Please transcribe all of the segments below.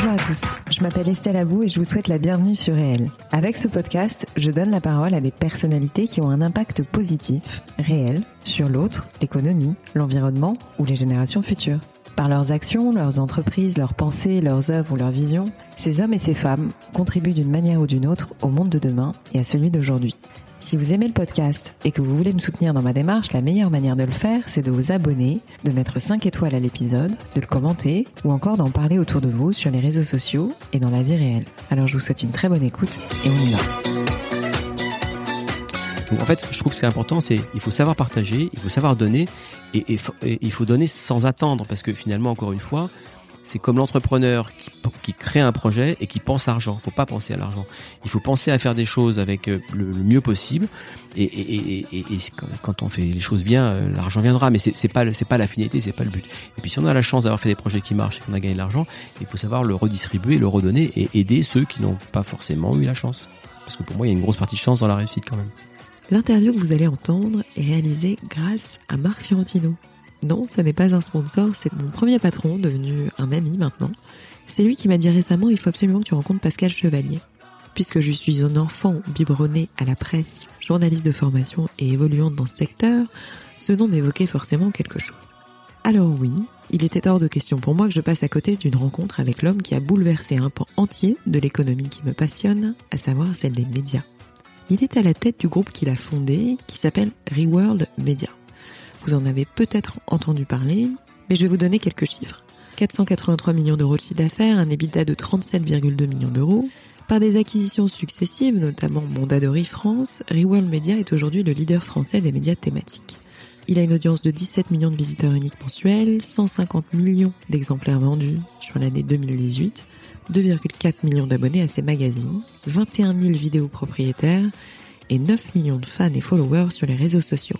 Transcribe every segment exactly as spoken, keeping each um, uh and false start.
Bonjour à tous, je m'appelle Estelle Abou et je vous souhaite la bienvenue sur Réel. Avec ce podcast, je donne la parole à des personnalités qui ont un impact positif, réel, sur l'autre, l'économie, l'environnement ou les générations futures. Par leurs actions, leurs entreprises, leurs pensées, leurs œuvres ou leurs visions, ces hommes et ces femmes contribuent d'une manière ou d'une autre au monde de demain et à celui d'aujourd'hui. Si vous aimez le podcast et que vous voulez me soutenir dans ma démarche, la meilleure manière de le faire, c'est de vous abonner, de mettre cinq étoiles à l'épisode, de le commenter ou encore d'en parler autour de vous sur les réseaux sociaux et dans la vie réelle. Alors je vous souhaite une très bonne écoute et on y va. Donc en fait, je trouve que c'est important, c'est il faut savoir partager, il faut savoir donner et, et, et il faut donner sans attendre parce que finalement, encore une fois, c'est comme l'entrepreneur qui, qui crée un projet et qui pense argent. Il ne faut pas penser à l'argent. Il faut penser à faire des choses avec le, le mieux possible. Et, et, et, et, et quand on fait les choses bien, l'argent viendra. Mais c'est, c'est pas, c'est pas la finalité, c'est pas le but. Et puis si on a la chance d'avoir fait des projets qui marchent et qu'on a gagné de l'argent, il faut savoir le redistribuer, le redonner et aider ceux qui n'ont pas forcément eu la chance. Parce que pour moi, il y a une grosse partie de chance dans la réussite quand même. L'interview que vous allez entendre est réalisée grâce à Marc Fiorentino. Non, ce n'est pas un sponsor, c'est mon premier patron, devenu un ami maintenant. C'est lui qui m'a dit récemment, il faut absolument que tu rencontres Pascal Chevalier. Puisque je suis un enfant biberonné à la presse, journaliste de formation et évoluante dans ce secteur, ce nom m'évoquait forcément quelque chose. Alors oui, il était hors de question pour moi que je passe à côté d'une rencontre avec l'homme qui a bouleversé un pan entier de l'économie qui me passionne, à savoir celle des médias. Il est à la tête du groupe qu'il a fondé, qui s'appelle Reworld Media. Vous en avez peut-être entendu parler, mais je vais vous donner quelques chiffres. quatre cent quatre-vingt-trois millions d'euros de chiffre d'affaires, un EBITDA de trente-sept virgule deux millions d'euros. Par des acquisitions successives, notamment Mondadori France, Reworld Media est aujourd'hui le leader français des médias thématiques. Il a une audience de dix-sept millions de visiteurs uniques mensuels, cent cinquante millions d'exemplaires vendus sur l'année deux mille dix-huit, deux virgule quatre millions d'abonnés à ses magazines, vingt et un mille vidéos propriétaires et neuf millions de fans et followers sur les réseaux sociaux.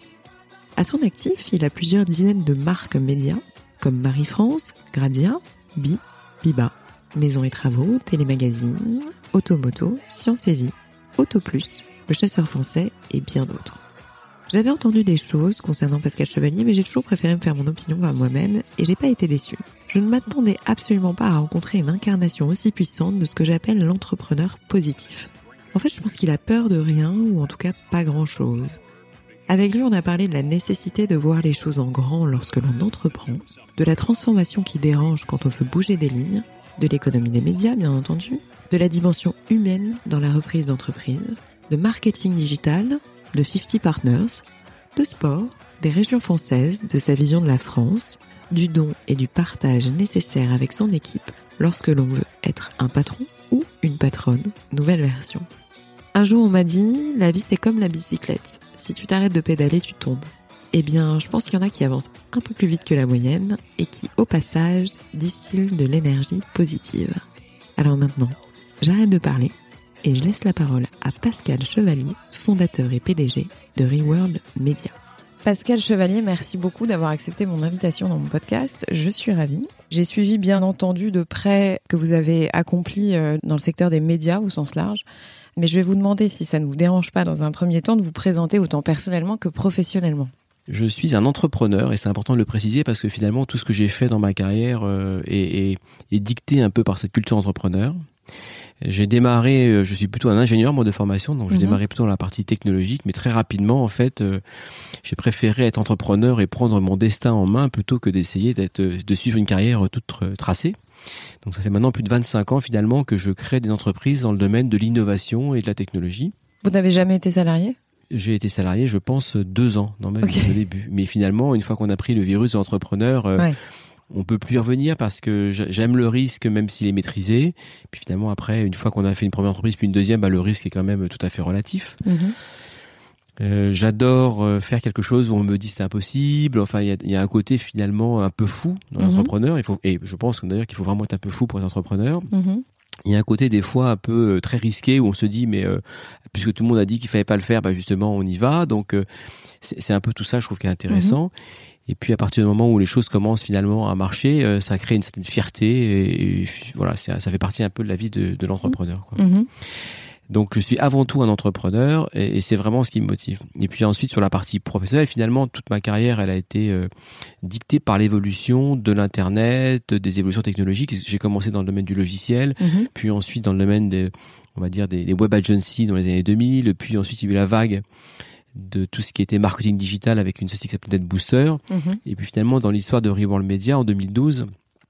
À son actif, il a plusieurs dizaines de marques médias, comme Marie-France, Gradia, Bi, Biba, Maison et Travaux, Télémagazine, Automoto, Science et Vie, Auto Plus, Le Chasseur Français et bien d'autres. J'avais entendu des choses concernant Pascal Chevalier, mais j'ai toujours préféré me faire mon opinion par moi-même et j'ai pas été déçue. Je ne m'attendais absolument pas à rencontrer une incarnation aussi puissante de ce que j'appelle l'entrepreneur positif. En fait, je pense qu'il a peur de rien, ou en tout cas pas grand-chose. Avec lui, on a parlé de la nécessité de voir les choses en grand lorsque l'on entreprend, de la transformation qui dérange quand on veut bouger des lignes, de l'économie des médias, bien entendu, de la dimension humaine dans la reprise d'entreprise, de marketing digital, de cinquante Partners, de sport, des régions françaises, de sa vision de la France, du don et du partage nécessaires avec son équipe lorsque l'on veut être un patron ou une patronne, nouvelle version. Un jour, on m'a dit, la vie c'est comme la bicyclette. Si tu t'arrêtes de pédaler, tu tombes. Eh bien, je pense qu'il y en a qui avancent un peu plus vite que la moyenne et qui, au passage, distillent de l'énergie positive. Alors maintenant, j'arrête de parler et je laisse la parole à Pascal Chevalier, fondateur et P D G de Reworld Media. Pascal Chevalier, merci beaucoup d'avoir accepté mon invitation dans mon podcast. Je suis ravie. J'ai suivi bien entendu de près que vous avez accompli dans le secteur des médias au sens large. Mais je vais vous demander, si ça ne vous dérange pas dans un premier temps, de vous présenter autant personnellement que professionnellement. Je suis un entrepreneur et c'est important de le préciser parce que finalement tout ce que j'ai fait dans ma carrière euh, est, est, est dicté un peu par cette culture entrepreneur. J'ai démarré, je suis plutôt un ingénieur moi de formation, donc j'ai mmh. démarré plutôt dans la partie technologique, mais très rapidement en fait, euh, j'ai préféré être entrepreneur et prendre mon destin en main plutôt que d'essayer d'être, de suivre une carrière toute tracée. Donc ça fait maintenant plus de vingt-cinq ans finalement que je crée des entreprises dans le domaine de l'innovation et de la technologie. Vous n'avez jamais été salarié ? J'ai été salarié, je pense, deux ans dans ma vie okay. au début. Mais finalement, une fois qu'on a pris le virus de l'entrepreneur, euh, ouais. on peut plus y revenir parce que j'aime le risque même s'il est maîtrisé. Puis finalement, après, une fois qu'on a fait une première entreprise puis une deuxième, bah, le risque est quand même tout à fait relatif. Mm-hmm. Euh, j'adore euh, faire quelque chose où on me dit c'est impossible. Enfin, il y a, y a un côté finalement un peu fou dans mm-hmm. l'entrepreneur. Il faut, et je pense d'ailleurs qu'il faut vraiment être un peu fou pour être entrepreneur. Mm-hmm. Il y a un côté des fois un peu euh, très risqué où on se dit mais euh, puisque tout le monde a dit qu'il fallait pas le faire, bah justement on y va. Donc euh, c'est, c'est un peu tout ça, je trouve, qui est intéressant. Mm-hmm. Et puis à partir du moment où les choses commencent finalement à marcher, euh, ça crée une certaine fierté. Et, et voilà, c'est, ça fait partie un peu de la vie de, de l'entrepreneur, quoi. Mm-hmm. Donc je suis avant tout un entrepreneur et, et c'est vraiment ce qui me motive. Et puis ensuite sur la partie professionnelle, finalement toute ma carrière elle a été euh, dictée par l'évolution de l'internet, des évolutions technologiques. J'ai commencé dans le domaine du logiciel, mmh. puis ensuite dans le domaine des, on va dire des, des web agencies dans les années deux mille, puis ensuite il y a eu la vague de tout ce qui était marketing digital avec une société qui s'appelait NetBooster. Mmh. Et puis finalement dans l'histoire de Reworld Media en deux mille douze,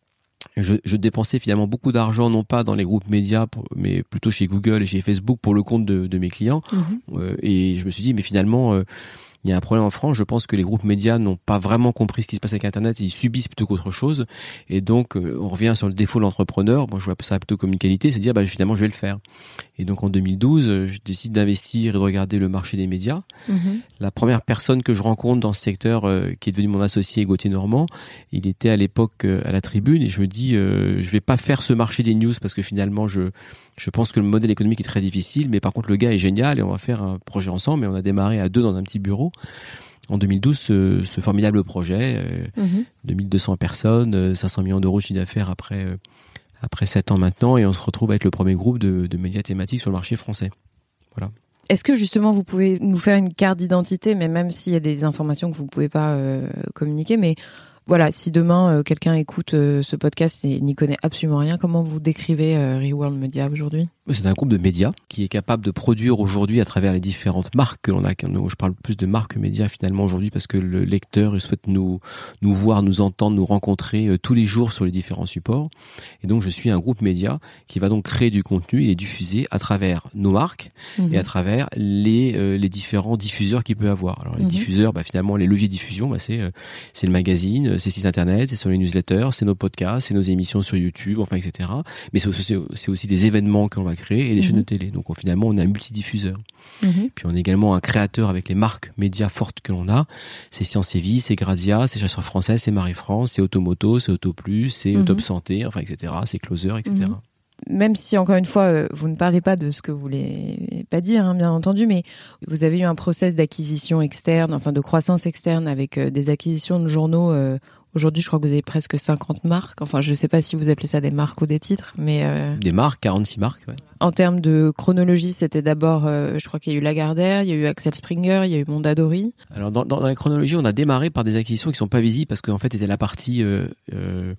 Je, je dépensais finalement beaucoup d'argent, non pas dans les groupes médias, pour, mais plutôt chez Google et chez Facebook pour le compte de, de mes clients. Mmh. Euh, et je me suis dit, mais finalement, euh, il y a un problème en France. Je pense que les groupes médias n'ont pas vraiment compris ce qui se passe avec Internet. Ils subissent plutôt qu'autre chose. Et donc, euh, on revient sur le défaut de l'entrepreneur. Moi, je vois ça plutôt comme une qualité, c'est de dire, bah, finalement, je vais le faire. Et donc, en deux mille douze, je décide d'investir et de regarder le marché des médias. Mmh. La première personne que je rencontre dans ce secteur, euh, qui est devenu mon associé, Gauthier Normand, il était à l'époque euh, à la Tribune et je me dis, euh, je vais pas faire ce marché des news parce que finalement, je je pense que le modèle économique est très difficile, mais par contre, le gars est génial et on va faire un projet ensemble. Et on a démarré à deux dans un petit bureau. En deux mille douze, ce, ce formidable projet, euh, mmh. deux mille deux cents personnes, euh, cinq cents millions d'euros de chiffre d'affaires après euh, après sept ans maintenant, et on se retrouve avec le premier groupe de, de médias thématiques sur le marché français. Voilà. Est-ce que justement vous pouvez nous faire une carte d'identité, mais même s'il y a des informations que vous ne pouvez pas euh, communiquer, mais voilà, si demain euh, quelqu'un écoute euh, ce podcast et n'y connaît absolument rien, comment vous décrivez euh, Reworld Media aujourd'hui ? C'est un groupe de médias qui est capable de produire aujourd'hui à travers les différentes marques que l'on a. Je parle plus de marques médias finalement aujourd'hui parce que le lecteur il souhaite nous nous voir, nous entendre, nous rencontrer euh, tous les jours sur les différents supports. Et donc je suis un groupe média qui va donc créer du contenu et les diffuser à travers nos marques mmh. et à travers les euh, les différents diffuseurs qu'il peut avoir. Alors les mmh. diffuseurs, bah, finalement les leviers de diffusion, bah, c'est euh, c'est le magazine, c'est le site internet, c'est sur les newsletters, c'est nos podcasts, c'est nos émissions sur YouTube, enfin et cetera. Mais c'est aussi, c'est aussi des événements que l'on va créer et des mmh. chaînes de télé. Donc on, finalement, on est un multidiffuseur. Mmh. Puis on est également un créateur avec les marques médias fortes que l'on a. C'est Science et Vie, c'est Grazia, c'est Chasseurs Français, c'est Marie-France, c'est Automoto, c'est Autoplus, c'est mmh. Top Santé, enfin et cetera. C'est Closer, et cetera. Mmh. Même si, encore une fois, vous ne parlez pas de ce que vous voulez pas dire, hein, bien entendu, mais vous avez eu un process d'acquisition externe, enfin de croissance externe avec euh, des acquisitions de journaux. Euh, aujourd'hui, je crois que vous avez presque cinquante marques. Enfin, je ne sais pas si vous appelez ça des marques ou des titres, mais... Euh... Des marques, quarante-six marques, ouais. En termes de chronologie, c'était d'abord, euh, je crois qu'il y a eu Lagardère, il y a eu Axel Springer, il y a eu Mondadori. Alors, dans, dans la chronologie, on a démarré par des acquisitions qui ne sont pas visibles parce qu'en fait, c'était la partie... Euh, euh,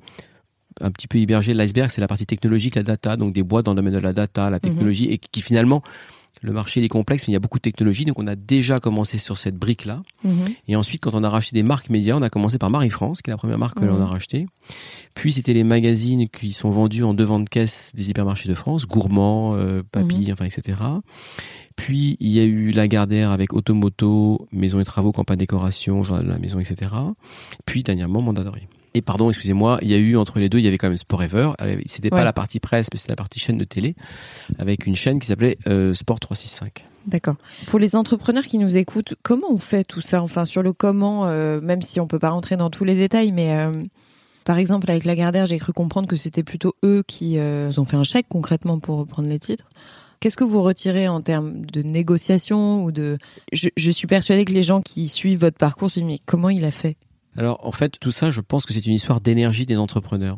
un petit peu immergé de l'iceberg, c'est la partie technologique, la data, donc des boîtes dans le domaine de la data, la technologie, mmh. et qui finalement, le marché il est complexe, mais il y a beaucoup de technologies, donc on a déjà commencé sur cette brique-là. Mmh. Et ensuite, quand on a racheté des marques médias, on a commencé par Marie-France, qui est la première marque mmh. que l'on a rachetée. Puis c'était les magazines qui sont vendus en devant de caisse des hypermarchés de France, Gourmand, euh, Papy, mmh. enfin et cetera. Puis il y a eu Lagardère avec Automoto, Maison et Travaux, Campagne Décoration, Journal de la Maison, et cetera. Puis dernièrement Mondadori. Et pardon, excusez-moi, il y a eu entre les deux, il y avait quand même Sporever. C'était ouais. pas la partie presse, mais c'était la partie chaîne de télé, avec une chaîne qui s'appelait euh, Sport trois cent soixante-cinq. D'accord. Pour les entrepreneurs qui nous écoutent, comment on fait tout ça ? Enfin, sur le comment, euh, même si on peut pas rentrer dans tous les détails, mais euh, par exemple, avec Lagardère, j'ai cru comprendre que c'était plutôt eux qui euh, ont fait un chèque concrètement pour reprendre les titres. Qu'est-ce que vous retirez en termes de négociation ou de... Je, je suis persuadée que les gens qui suivent votre parcours se disent, mais comment il a fait ? Alors, en fait, tout ça, je pense que c'est une histoire d'énergie des entrepreneurs.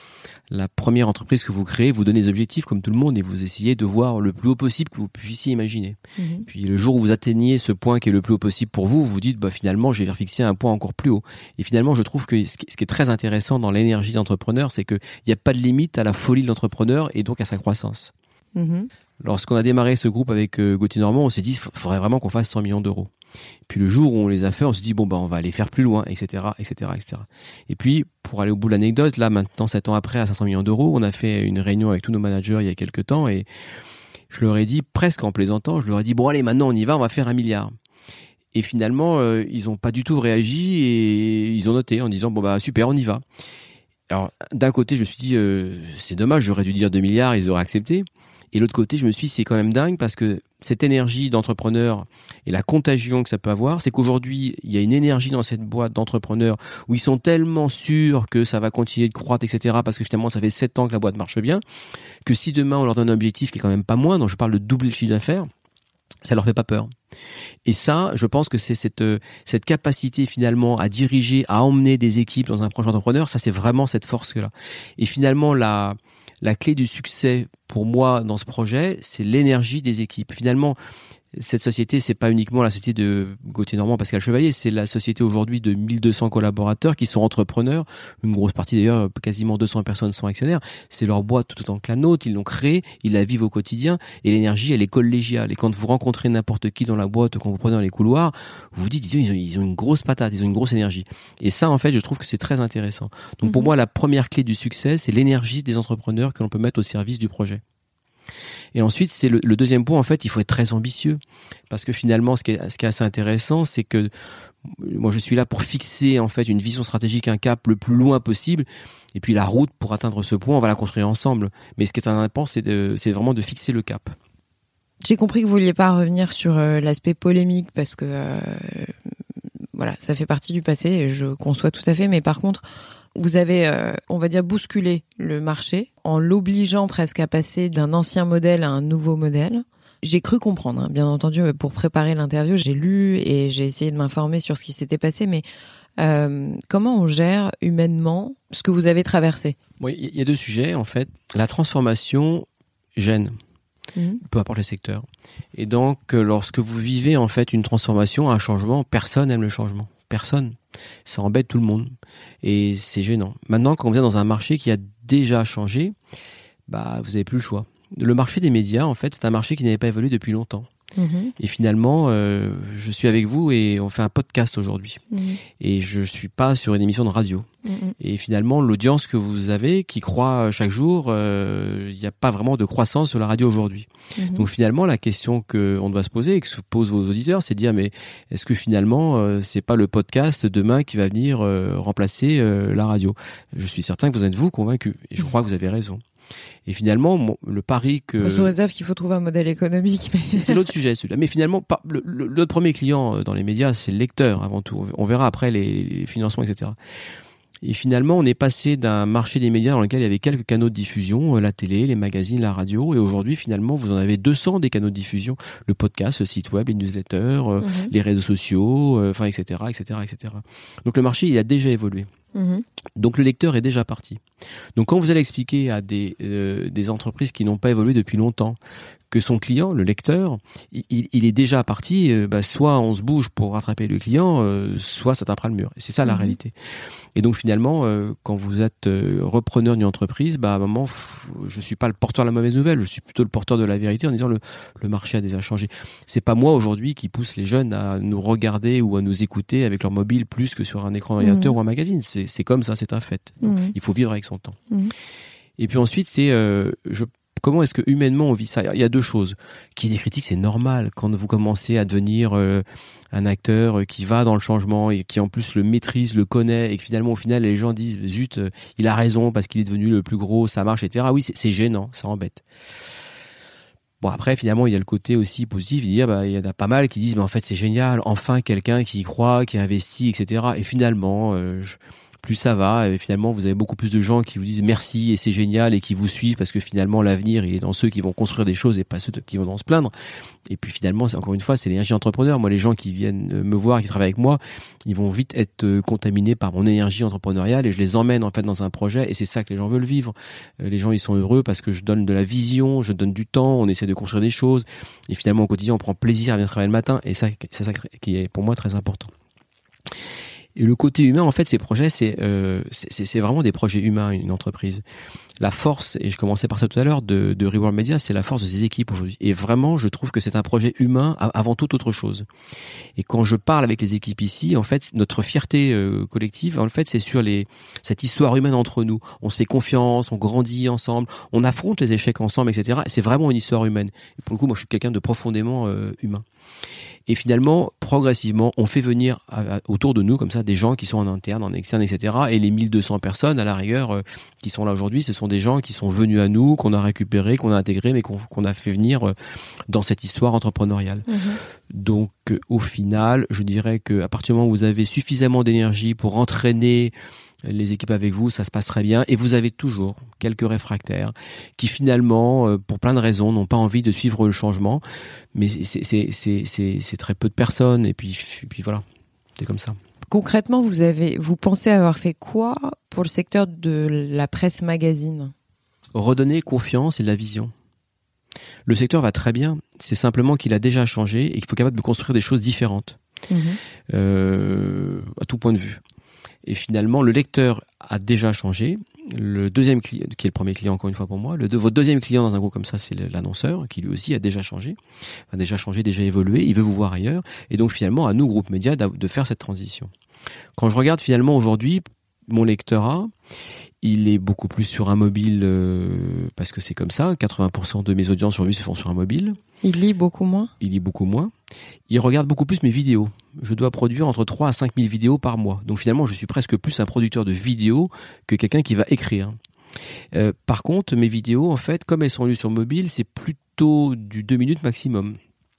La première entreprise que vous créez, vous donnez des objectifs comme tout le monde et vous essayez de voir le plus haut possible que vous puissiez imaginer. Mmh. Puis le jour où vous atteignez ce point qui est le plus haut possible pour vous, vous vous dites, bah, finalement, je vais fixer un point encore plus haut. Et finalement, je trouve que ce qui est très intéressant dans l'énergie d'entrepreneur, c'est qu'il n'y a pas de limite à la folie de l'entrepreneur et donc à sa croissance. Mmh. Lorsqu'on a démarré ce groupe avec euh, Gauthier Normand, on s'est dit, il faudrait vraiment qu'on fasse cent millions d'euros. Puis le jour où on les a fait, on se dit bon bah on va aller faire plus loin, et cetera, et cetera, et cetera. Et puis pour aller au bout de l'anecdote, là maintenant sept ans après à cinq cents millions d'euros, on a fait une réunion avec tous nos managers il y a quelques temps et je leur ai dit presque en plaisantant, je leur ai dit bon allez maintenant on y va, on va faire un milliard. Et finalement euh, ils ont pas du tout réagi et ils ont noté en disant bon bah super on y va. Alors d'un côté je me suis dit euh, c'est dommage, j'aurais dû dire deux milliards, ils auraient accepté. Et l'autre côté, je me suis dit, c'est quand même dingue parce que cette énergie d'entrepreneur et la contagion que ça peut avoir, c'est qu'aujourd'hui, il y a une énergie dans cette boîte d'entrepreneurs où ils sont tellement sûrs que ça va continuer de croître, et cetera, parce que finalement, ça fait sept ans que la boîte marche bien, que si demain, on leur donne un objectif qui est quand même pas moins, donc je parle de doubler le chiffre d'affaires, ça leur fait pas peur. Et ça, je pense que c'est cette, cette capacité finalement à diriger, à emmener des équipes dans un projet entrepreneur, ça c'est vraiment cette force-là. Et finalement, la... la clé du succès pour moi dans ce projet, c'est l'énergie des équipes. Finalement, cette société, c'est pas uniquement la société de Gauthier Normand, Pascal Chevalier, c'est la société aujourd'hui de mille deux cents collaborateurs qui sont entrepreneurs. Une grosse partie d'ailleurs, quasiment deux cents personnes sont actionnaires. C'est leur boîte tout autant que la nôtre, ils l'ont créée, ils la vivent au quotidien et l'énergie, elle est collégiale. Et quand vous rencontrez n'importe qui dans la boîte, quand vous prenez dans les couloirs, vous vous dites, ils ont, ils ont une grosse patate, ils ont une grosse énergie. Et ça, en fait, je trouve que c'est très intéressant. Donc mmh. pour moi, la première clé du succès, c'est l'énergie des entrepreneurs que l'on peut mettre au service du projet. Et ensuite, c'est le, le deuxième point, en fait, il faut être très ambitieux. Parce que finalement, ce qui est, ce qui est assez intéressant, c'est que moi, je suis là pour fixer, en fait, une vision stratégique, un cap le plus loin possible. Et puis, la route pour atteindre ce point, on va la construire ensemble. Mais ce qui est important, c'est, de, c'est vraiment de fixer le cap. J'ai compris que vous vouliez pas revenir sur euh, l'aspect polémique parce que, euh, voilà, ça fait partie du passé et je conçois tout à fait. Mais par contre, vous avez, euh, on va dire, bousculé le marché en l'obligeant presque à passer d'un ancien modèle à un nouveau modèle. J'ai cru comprendre, hein, bien entendu, pour préparer l'interview, j'ai lu et j'ai essayé de m'informer sur ce qui s'était passé, mais euh, comment on gère humainement ce que vous avez traversé ? Oui, il y a deux sujets, en fait. La transformation gêne, mmh. peu importe le secteur. Et donc, lorsque vous vivez, en fait, une transformation, un changement, personne n'aime le changement. Personne. Ça embête tout le monde. Et c'est gênant. Maintenant, quand vous êtes dans un marché qui a déjà changé, bah, vous n'avez plus le choix. Le marché des médias, en fait, c'est un marché qui n'avait pas évolué depuis longtemps. Mmh. Et finalement, euh, je suis avec vous et on fait un podcast aujourd'hui. Mmh. Et je suis pas sur une émission de radio. Mmh. Et finalement, l'audience que vous avez, qui croît chaque jour, il euh, n'y a pas vraiment de croissance sur la radio aujourd'hui. Mmh. Donc finalement, la question qu'on doit se poser et que se posent vos auditeurs, c'est de dire, mais est-ce que finalement, euh, c'est pas le podcast demain qui va venir euh, remplacer euh, la radio ? Je suis certain que vous êtes vous convaincu. Et je crois que vous avez raison. Et finalement, mon, le pari que... Sous réserve qu'il faut trouver un modèle économique. Mais... C'est, c'est l'autre sujet, celui-là. Mais finalement, le, le, notre premier client dans les médias, c'est le lecteur, avant tout. On verra après les, les financements, et cetera. Et finalement, on est passé d'un marché des médias dans lequel il y avait quelques canaux de diffusion, la télé, les magazines, la radio. Et aujourd'hui, finalement, vous en avez deux cents des canaux de diffusion. Le podcast, le site web, les newsletters, mmh. les réseaux sociaux, euh, enfin, et cetera, et cetera, et cetera. Donc le marché, il a déjà évolué. Mmh. Donc le lecteur est déjà parti. Donc quand vous allez expliquer à des, euh, des entreprises qui n'ont pas évolué depuis longtemps que son client, le lecteur, il, il est déjà parti, euh, bah, soit on se bouge pour rattraper le client, euh, soit ça tapera le mur. Et c'est ça mmh. la réalité. Et donc finalement, euh, quand vous êtes euh, repreneur d'une entreprise, bah, à un moment, f- je suis pas le porteur de la mauvaise nouvelle, je suis plutôt le porteur de la vérité en disant le, le marché a déjà changé. C'est pas moi aujourd'hui qui pousse les jeunes à nous regarder ou à nous écouter avec leur mobile plus que sur un écran ordinateur mmh. ou un magazine. C'est, c'est comme ça, c'est un fait. Donc, mmh. il faut vivre avec son temps. Mmh. Et puis ensuite, c'est euh, je comment est-ce que humainement on vit ça ? Il y a deux choses. Qu'il y ait des critiques, c'est normal. Quand vous commencez à devenir euh, un acteur qui va dans le changement et qui en plus le maîtrise, le connaît, et que finalement au final les gens disent zut, euh, il a raison parce qu'il est devenu le plus gros, ça marche, et cetera. Oui, c'est, c'est gênant, ça embête. Bon, après, finalement, il y a le côté aussi positif, de dire, bah, il y en a pas mal qui disent, mais en fait, c'est génial, enfin quelqu'un qui y croit, qui investit, et cetera. Et finalement, euh, je... plus ça va, et finalement vous avez beaucoup plus de gens qui vous disent merci et c'est génial et qui vous suivent parce que finalement l'avenir il est dans ceux qui vont construire des choses et pas ceux qui vont en se plaindre. Et puis finalement, c'est, encore une fois, c'est l'énergie entrepreneur. Moi, les gens qui viennent me voir, qui travaillent avec moi, ils vont vite être contaminés par mon énergie entrepreneuriale et je les emmène en fait dans un projet et c'est ça que les gens veulent vivre. Les gens ils sont heureux parce que je donne de la vision, je donne du temps, on essaie de construire des choses et finalement au quotidien on prend plaisir à venir travailler le matin et ça c'est ça qui est pour moi très important. Et le côté humain, en fait, ces projets, c'est, euh, c'est, c'est vraiment des projets humains, une entreprise. La force, et je commençais par ça tout à l'heure, de, de Reward Media, c'est la force de ses équipes aujourd'hui. Et vraiment, je trouve que c'est un projet humain avant toute autre chose. Et quand je parle avec les équipes ici, en fait, notre fierté euh, collective, en fait, c'est sur les, cette histoire humaine entre nous. On se fait confiance, on grandit ensemble, on affronte les échecs ensemble, et cetera. C'est vraiment une histoire humaine. Et pour le coup, moi, je suis quelqu'un de profondément euh, humain. Et finalement, progressivement, on fait venir à, à, autour de nous, comme ça, des gens qui sont en interne, en externe, et cetera. Et les mille deux cents personnes, à la rigueur, euh, qui sont là aujourd'hui, ce sont des gens qui sont venus à nous, qu'on a récupérés, qu'on a intégrés, mais qu'on, qu'on a fait venir euh, dans cette histoire entrepreneuriale. Mmh. Donc, euh, au final, je dirais qu'à partir du moment où vous avez suffisamment d'énergie pour entraîner les équipes avec vous, ça se passe très bien. Et vous avez toujours quelques réfractaires qui finalement, pour plein de raisons, n'ont pas envie de suivre le changement. Mais c'est, c'est, c'est, c'est, c'est très peu de personnes. Et puis, et puis voilà, c'est comme ça. Concrètement, vous avez, vous pensez avoir fait quoi pour le secteur de la presse magazine ? redonner confiance et de la vision. Le secteur va très bien, c'est simplement qu'il a déjà changé et qu'il faut être capable de construire des choses différentes, mmh. euh, à tout point de vue. Et finalement, le lecteur a déjà changé. Le deuxième client, qui est le premier client encore une fois pour moi, le deux, votre deuxième client dans un groupe comme ça, c'est l'annonceur, qui lui aussi a déjà changé, enfin déjà changé, déjà évolué, il veut vous voir ailleurs. Et donc finalement, à nous, groupe média, de faire cette transition. Quand je regarde finalement aujourd'hui, mon lectorat, il est beaucoup plus sur un mobile, euh, parce que c'est comme ça, quatre-vingts pour cent de mes audiences aujourd'hui se font sur un mobile. Il lit beaucoup moins ? Il lit beaucoup moins. Il regarde beaucoup plus mes vidéos. Je dois produire entre trois à cinq mille vidéos par mois. Donc finalement, je suis presque plus un producteur de vidéos que quelqu'un qui va écrire. Euh, par contre, mes vidéos, en fait, comme elles sont lues sur mobile, c'est plutôt du deux minutes maximum.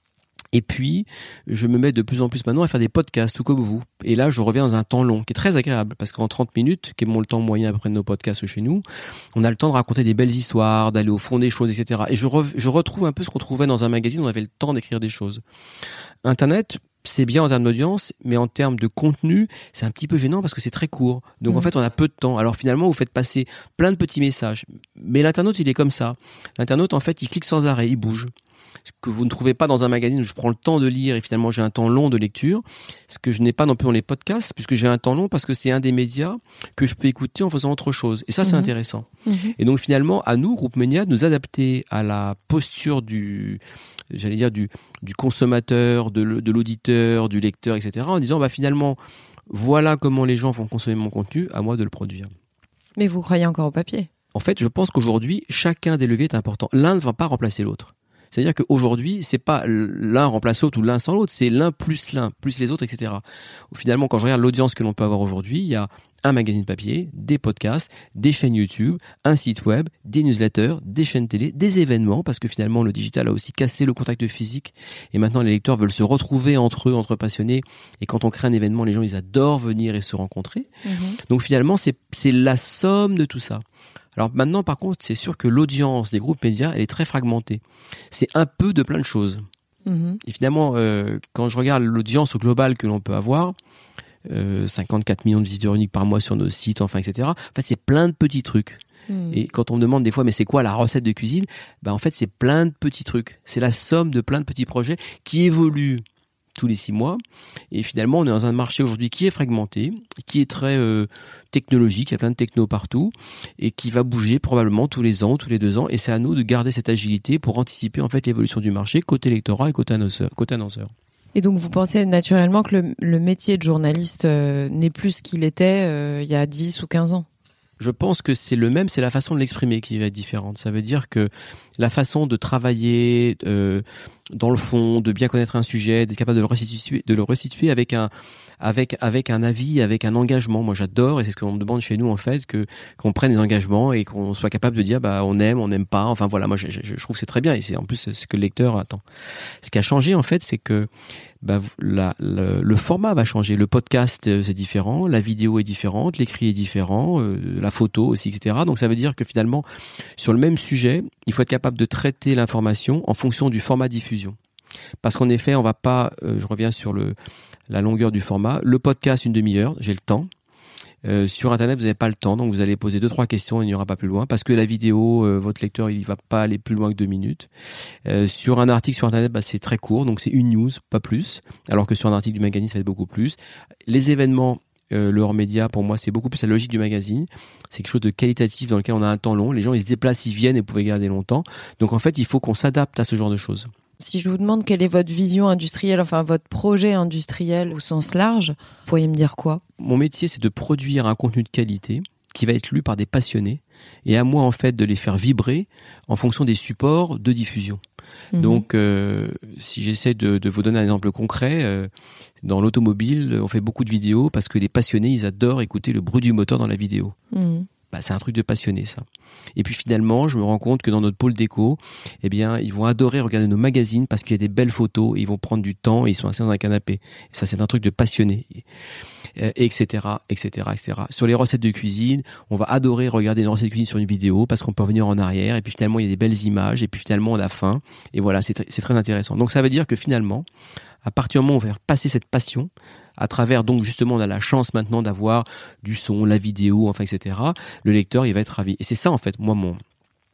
Et puis, je me mets de plus en plus maintenant à faire des podcasts, tout comme vous. Et là, je reviens dans un temps long, qui est très agréable, parce qu'en trente minutes, qui est mon le temps moyen après de nos podcasts chez nous, on a le temps de raconter des belles histoires, d'aller au fond des choses, et cetera. Et je, re, je retrouve un peu ce qu'on trouvait dans un magazine où on avait le temps d'écrire des choses. Internet, c'est bien en termes d'audience, mais en termes de contenu, c'est un petit peu gênant parce que c'est très court. Donc mmh. en fait, on a peu de temps. Alors finalement, vous faites passer plein de petits messages. Mais l'internaute, il est comme ça. L'internaute, en fait, il clique sans arrêt, il bouge. Ce que vous ne trouvez pas dans un magazine où je prends le temps de lire et finalement j'ai un temps long de lecture, ce que je n'ai pas non plus dans les podcasts, puisque j'ai un temps long parce que c'est un des médias que je peux écouter en faisant autre chose. Et ça, mmh. c'est intéressant. Mmh. Et donc finalement, à nous, groupe média, de nous adapter à la posture du, j'allais dire, du, du consommateur, de, de l'auditeur, du lecteur, et cetera, en disant, bah finalement, voilà comment les gens vont consommer mon contenu, à moi de le produire. Mais vous croyez encore au papier ? En fait, je pense qu'aujourd'hui, chacun des leviers est important. L'un ne va pas remplacer l'autre. C'est-à-dire qu'aujourd'hui, c'est pas l'un remplace l'autre ou l'un sans l'autre, c'est l'un plus l'un, plus les autres, et cetera. Finalement, quand je regarde l'audience que l'on peut avoir aujourd'hui, il y a un magazine papier, des podcasts, des chaînes YouTube, un site web, des newsletters, des chaînes télé, des événements, parce que finalement, le digital a aussi cassé le contact physique, et maintenant, les lecteurs veulent se retrouver entre eux, entre passionnés, et quand on crée un événement, les gens, ils adorent venir et se rencontrer. Mmh. Donc finalement, c'est, c'est la somme de tout ça. Alors maintenant, par contre, c'est sûr que l'audience des groupes médias, elle est très fragmentée. C'est un peu de plein de choses. Mmh. Et finalement, euh, quand je regarde l'audience au global que l'on peut avoir, euh, cinquante-quatre millions de visiteurs uniques par mois sur nos sites, enfin, et cetera. En fait, c'est plein de petits trucs. Mmh. Et quand on me demande des fois, mais c'est quoi la recette de cuisine ? Ben, en fait, c'est plein de petits trucs. C'est la somme de plein de petits projets qui évoluent tous les six mois. Et finalement, on est dans un marché aujourd'hui qui est fragmenté, qui est très euh, technologique, il y a plein de techno partout, et qui va bouger probablement tous les ans, tous les deux ans. Et c'est à nous de garder cette agilité pour anticiper en fait l'évolution du marché côté lectorat et côté annonceur. Côté annonceur. Et donc, vous pensez naturellement que le, le métier de journaliste euh, n'est plus ce qu'il était euh, il y a dix ou quinze ans ? Je pense que c'est le même, c'est la façon de l'exprimer qui va être différente. Ça veut dire que la façon de travailler euh, dans le fond, de bien connaître un sujet, d'être capable de le restituer, de le restituer avec un, avec avec un avis, avec un engagement. Moi, j'adore, et c'est ce qu'on me demande chez nous en fait, que qu'on prenne des engagements et qu'on soit capable de dire, bah, on aime, on n'aime pas. Enfin voilà, moi, je, je, je trouve que c'est très bien, et c'est en plus ce que le lecteur attend. Ce qui a changé en fait, c'est que bah, la, la, le format va changer. Le podcast, c'est différent, la vidéo est différente, l'écrit est différent, euh, la photo aussi, et cetera. Donc ça veut dire que finalement, sur le même sujet, il faut être capable de traiter l'information en fonction du format diffusion. Parce qu'en effet, on va pas, euh, je reviens sur le, la longueur du format. Le podcast, une demi-heure, j'ai le temps. Euh, sur Internet, vous n'avez pas le temps, donc vous allez poser deux, trois questions et il n'y aura pas plus loin. Parce que la vidéo, euh, votre lecteur, il ne va pas aller plus loin que deux minutes. Euh, sur un article sur Internet, bah, c'est très court, donc c'est une news, pas plus. Alors que sur un article du magazine, ça va être beaucoup plus. Les événements, euh, le hors-média, pour moi, c'est beaucoup plus la logique du magazine. C'est quelque chose de qualitatif dans lequel on a un temps long. Les gens, ils se déplacent, ils viennent et vous pouvez garder longtemps. Donc en fait, il faut qu'on s'adapte à ce genre de choses. Si je vous demande quelle est votre vision industrielle, enfin votre projet industriel au sens large, vous pourriez me dire quoi ? Mon métier, c'est de produire un contenu de qualité qui va être lu par des passionnés, et à moi en fait de les faire vibrer en fonction des supports de diffusion. Mmh. Donc euh, si j'essaie de, de vous donner un exemple concret, euh, dans l'automobile, on fait beaucoup de vidéos parce que les passionnés, ils adorent écouter le bruit du moteur dans la vidéo. Mmh. Bah, c'est un truc de passionné, ça. Et puis finalement, je me rends compte que dans notre pôle déco, eh bien, ils vont adorer regarder nos magazines parce qu'il y a des belles photos, et ils vont prendre du temps et ils sont assis dans un canapé. Et ça, c'est un truc de passionné, et, et etc., etc., et cetera. Sur les recettes de cuisine, on va adorer regarder une recette de cuisine sur une vidéo parce qu'on peut revenir en arrière, et puis finalement, il y a des belles images, et puis finalement, on a faim. Et voilà, c'est, c'est très intéressant. Donc ça veut dire que finalement, à partir du moment où on va faire passer cette passion, à travers, donc, justement, on a la chance maintenant d'avoir du son, la vidéo, enfin, et cetera. Le lecteur, il va être ravi. Et c'est ça, en fait, moi, mon,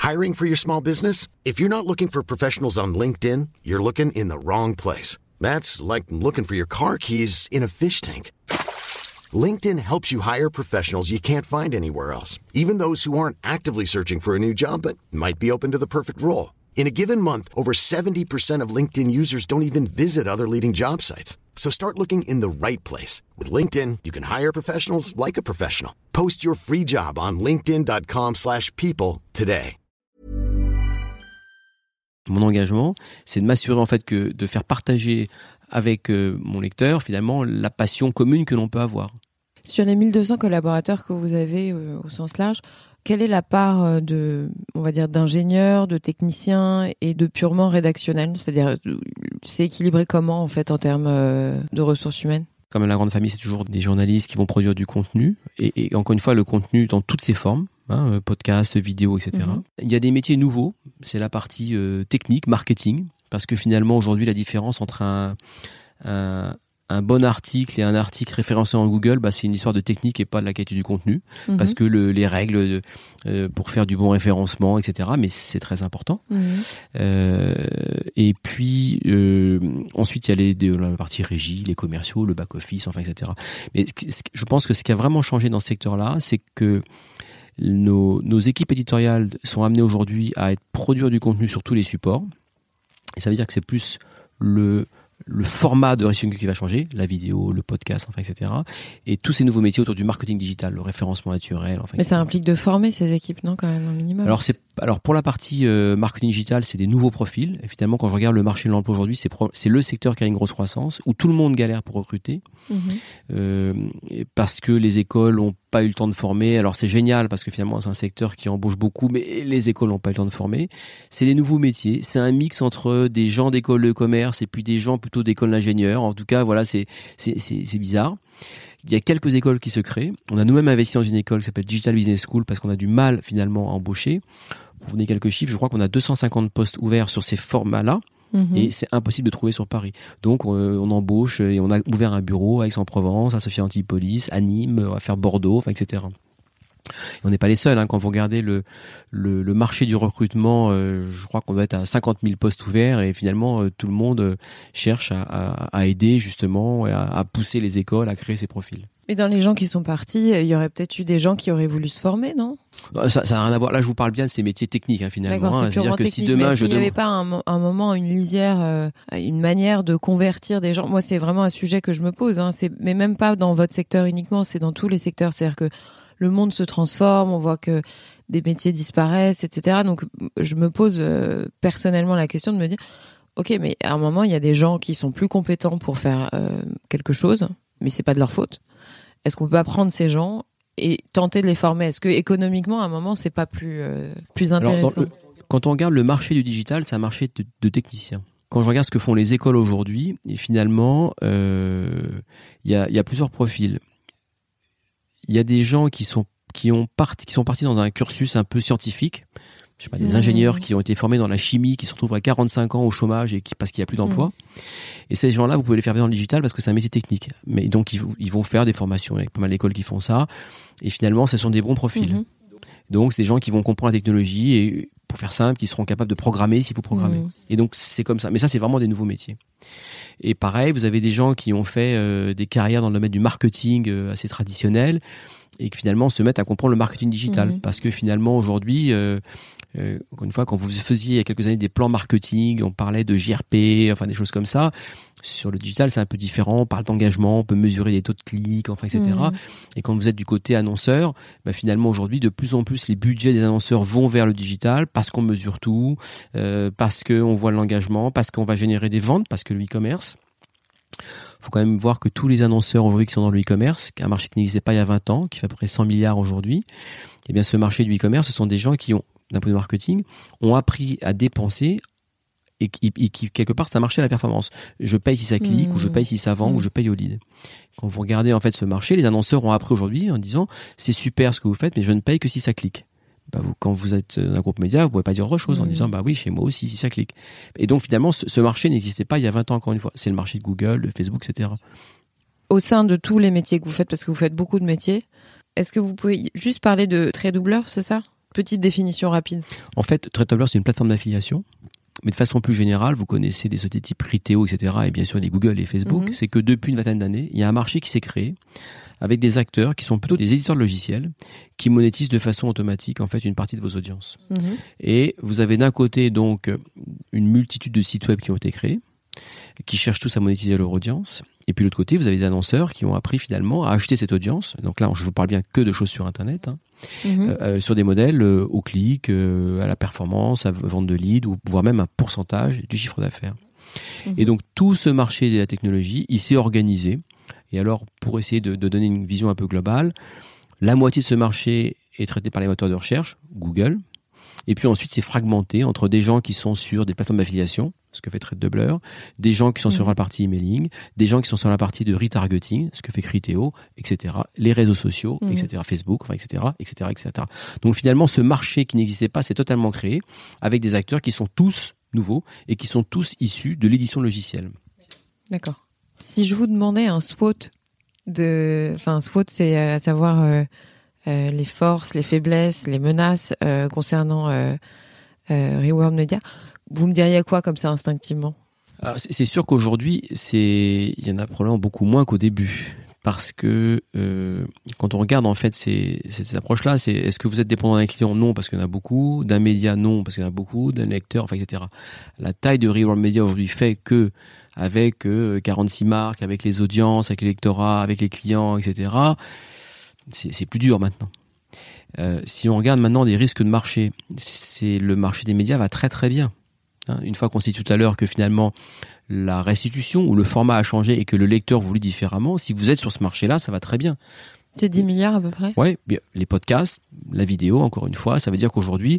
Hiring for your small business? If you're not looking for professionals on LinkedIn, you're looking in the wrong place. That's like looking for your car keys in a fish tank. LinkedIn helps you hire professionals you can't find anywhere else, even those who aren't actively searching for a new job but might be open to the perfect role. In a given month, over seventy percent of LinkedIn users don't even visit other leading job sites. So start looking in the right place. With LinkedIn, you can hire professionals like a professional. Post your free job on linkedin.com slash people today. Mon engagement, c'est de m'assurer en fait que de faire partager avec euh, mon lecteur finalement la passion commune que l'on peut avoir. Sur les mille deux cents collaborateurs que vous avez euh, au sens large, quelle est la part de, on va dire, d'ingénieurs, de techniciens et de purement rédactionnels? C'est-à-dire, c'est équilibré comment en fait en termes euh, de ressources humaines? Comme la grande famille, c'est toujours des journalistes qui vont produire du contenu et, et encore une fois le contenu dans toutes ses formes. Hein, podcast, vidéo, et cetera. Mm-hmm. Il y a des métiers nouveaux, c'est la partie euh, technique, marketing, parce que finalement aujourd'hui la différence entre un, un, un bon article et un article référencé en Google, bah, c'est une histoire de technique et pas de la qualité du contenu, mm-hmm. parce que le, les règles de, euh, pour faire du bon référencement, et cetera. Mais c'est très important. Mm-hmm. Euh, et puis euh, ensuite il y a les, de, la partie régie, les commerciaux, le back office, enfin et cetera. Mais ce, ce, je pense que ce qui a vraiment changé dans ce secteur-là, c'est que Nos, nos équipes éditoriales sont amenées aujourd'hui à être, produire du contenu sur tous les supports. Et ça veut dire que c'est plus le, le format de récit qui va changer, la vidéo, le podcast, enfin, et cetera. Et tous ces nouveaux métiers autour du marketing digital, le référencement naturel, enfin, mais et cetera. Ça implique de former ces équipes, non, quand même, un minimum? Alors, c'est, alors pour la partie euh, marketing digital, c'est des nouveaux profils. Et finalement, quand je regarde le marché de l'emploi aujourd'hui, c'est, pro, c'est le secteur qui a une grosse croissance, où tout le monde galère pour recruter. Mmh. Euh, parce que les écoles ont pas eu le temps de former. Alors c'est génial parce que finalement c'est un secteur qui embauche beaucoup, mais les écoles n'ont pas eu le temps de former. C'est des nouveaux métiers. C'est un mix entre des gens d'école de commerce et puis des gens plutôt d'école d'ingénieurs. En tout cas, voilà, c'est, c'est, c'est, c'est bizarre. Il y a quelques écoles qui se créent. On a nous-mêmes investi dans une école qui s'appelle Digital Business School parce qu'on a du mal finalement à embaucher. Pour vous donner quelques chiffres, je crois qu'on a deux cent cinquante postes ouverts sur ces formats-là. Mmh. Et c'est impossible de trouver sur Paris. Donc euh, on embauche et on a ouvert un bureau à Aix-en-Provence, à Sophia-Antipolis, à Nîmes, on va faire Bordeaux, enfin et cetera. Et on n'est pas les seuls. Hein. Quand vous regardez le, le, le marché du recrutement, euh, je crois qu'on doit être à cinquante mille postes ouverts et finalement euh, tout le monde euh, cherche à, à, à aider justement, à, à pousser les écoles à créer ces profils. Mais dans les gens qui sont partis, il y aurait peut-être eu des gens qui auraient voulu se former, non? Ça, ça n'a rien à voir. Là, je vous parle bien de ces métiers techniques, hein, finalement. Hein. C'est-à-dire que technique, si demain, mais je il n'y dem... avait pas un, un moment, une lisière, euh, une manière de convertir des gens. Moi, c'est vraiment un sujet que je me pose. Hein. C'est, mais même pas dans votre secteur uniquement, c'est dans tous les secteurs. C'est-à-dire que le monde se transforme, on voit que des métiers disparaissent, et cetera. Donc, je me pose euh, personnellement la question de me dire, ok, mais à un moment, il y a des gens qui sont plus compétents pour faire euh, quelque chose, mais c'est pas de leur faute. Est-ce qu'on peut pas prendre ces gens et tenter de les former? Est-ce que économiquement, à un moment, c'est pas plus euh, plus intéressant? Alors, le, quand on regarde le marché du digital, c'est un marché de, de techniciens. Quand je regarde ce que font les écoles aujourd'hui, et finalement, il euh, y, a, y a plusieurs profils. Il y a des gens qui sont qui ont parti, qui sont partis dans un cursus un peu scientifique. Je sais pas, des mmh. ingénieurs qui ont été formés dans la chimie, qui se retrouvent à quarante-cinq ans au chômage et qui, parce qu'il n'y a plus d'emploi. Mmh. Et ces gens-là, vous pouvez les faire venir dans le digital parce que c'est un métier technique. Mais donc, ils, ils vont faire des formations avec pas mal d'écoles qui font ça. Et finalement, ce sont des bons profils. Mmh. Donc, c'est des gens qui vont comprendre la technologie et, pour faire simple, qui seront capables de programmer s'il faut programmer. Mmh. Et donc, c'est comme ça. Mais ça, c'est vraiment des nouveaux métiers. Et pareil, vous avez des gens qui ont fait euh, des carrières dans le domaine du marketing euh, assez traditionnel et qui finalement se mettent à comprendre le marketing digital. Mmh. Parce que finalement, aujourd'hui... Euh, Euh, encore une fois, quand vous faisiez il y a quelques années des plans marketing, on parlait de J R P, enfin des choses comme ça. Sur le digital, c'est un peu différent. On parle d'engagement, on peut mesurer les taux de clics, enfin, et cetera. Mmh. Et quand vous êtes du côté annonceur, bah, finalement aujourd'hui, de plus en plus, les budgets des annonceurs vont vers le digital parce qu'on mesure tout, euh, parce qu'on voit l'engagement, parce qu'on va générer des ventes, parce que le e-commerce. Il faut quand même voir que tous les annonceurs aujourd'hui qui sont dans le e-commerce, un marché qui n'existait pas il y a vingt ans, qui fait à peu près cent milliards aujourd'hui, eh bien ce marché du e-commerce, ce sont des gens qui ont, d'un point de vue marketing, ont appris à dépenser et qui, et qui quelque part, c'est un marché à la performance. Je paye si ça clique, mmh. ou je paye si ça vend, mmh. ou je paye au lead. Quand vous regardez en fait ce marché, les annonceurs ont appris aujourd'hui en disant c'est super ce que vous faites, mais je ne paye que si ça clique. Bah vous, quand vous êtes un groupe média, vous pouvez pas dire autre chose mmh. en disant bah oui, chez moi aussi si ça clique. Et donc finalement, ce, ce marché n'existait pas il y a vingt ans encore une fois. C'est le marché de Google, de Facebook, et cetera. Au sein de tous les métiers que vous faites, parce que vous faites beaucoup de métiers, est-ce que vous pouvez juste parler de trait doubleur, c'est ça ? petite définition rapide. En fait, ThreadTumbler, c'est une plateforme d'affiliation. Mais de façon plus générale, vous connaissez des sociétés type Criteo, et cetera, et bien sûr les Google et Facebook. Mm-hmm. C'est que depuis une vingtaine d'années, il y a un marché qui s'est créé avec des acteurs qui sont plutôt des éditeurs de logiciels qui monétisent de façon automatique en fait une partie de vos audiences. Mm-hmm. Et vous avez d'un côté donc une multitude de sites web qui ont été créés, qui cherchent tous à monétiser leur audience. Et puis de l'autre côté, vous avez des annonceurs qui ont appris finalement à acheter cette audience. Donc là, je vous parle bien que de choses sur Internet, hein, mmh. euh, sur des modèles euh, au clic, euh, à la performance, à vente de leads, ou voire même un pourcentage du chiffre d'affaires. Mmh. Et donc tout ce marché de la technologie, il s'est organisé. Et alors, pour essayer de, de donner une vision un peu globale, la moitié de ce marché est traité par les moteurs de recherche, Google. Et puis ensuite, c'est fragmenté entre des gens qui sont sur des plateformes d'affiliation, ce que fait ThreadTumbler, des gens qui sont mmh. sur la partie emailing, des gens qui sont sur la partie de retargeting, ce que fait Criteo, et cetera. Les réseaux sociaux, mmh. et cetera. Facebook, enfin, et cetera, et cetera, et cetera. Donc finalement, ce marché qui n'existait pas s'est totalement créé avec des acteurs qui sont tous nouveaux et qui sont tous issus de l'édition logicielle. D'accord. Si je vous demandais un SWOT de, enfin, un SWOT, c'est à savoir euh, euh, les forces, les faiblesses, les menaces euh, concernant euh, euh, Reward Media. Vous me diriez quoi comme ça instinctivement ? Alors, c'est, c'est sûr qu'aujourd'hui, c'est, il y en a probablement beaucoup moins qu'au début. Parce que euh, quand on regarde en fait ces, ces approches-là, c'est est-ce que vous êtes dépendant d'un client ? Non, parce qu'il y en a beaucoup. D'un média ? Non, parce qu'il y en a beaucoup. D'un lecteur, enfin, et cetera. La taille de Reward Media aujourd'hui fait que avec euh, quarante-six marques, avec les audiences, avec les lectorats, avec les clients, et cetera, c'est, c'est plus dur maintenant. Euh, si on regarde maintenant des risques de marché, c'est le marché des médias va très très bien. Hein, une fois qu'on sait tout à l'heure que finalement la restitution ou le format a changé et que le lecteur vous lit différemment, si vous êtes sur ce marché-là, ça va très bien. C'est dix milliards à peu près ? Oui, les podcasts, la vidéo, encore une fois, ça veut dire qu'aujourd'hui,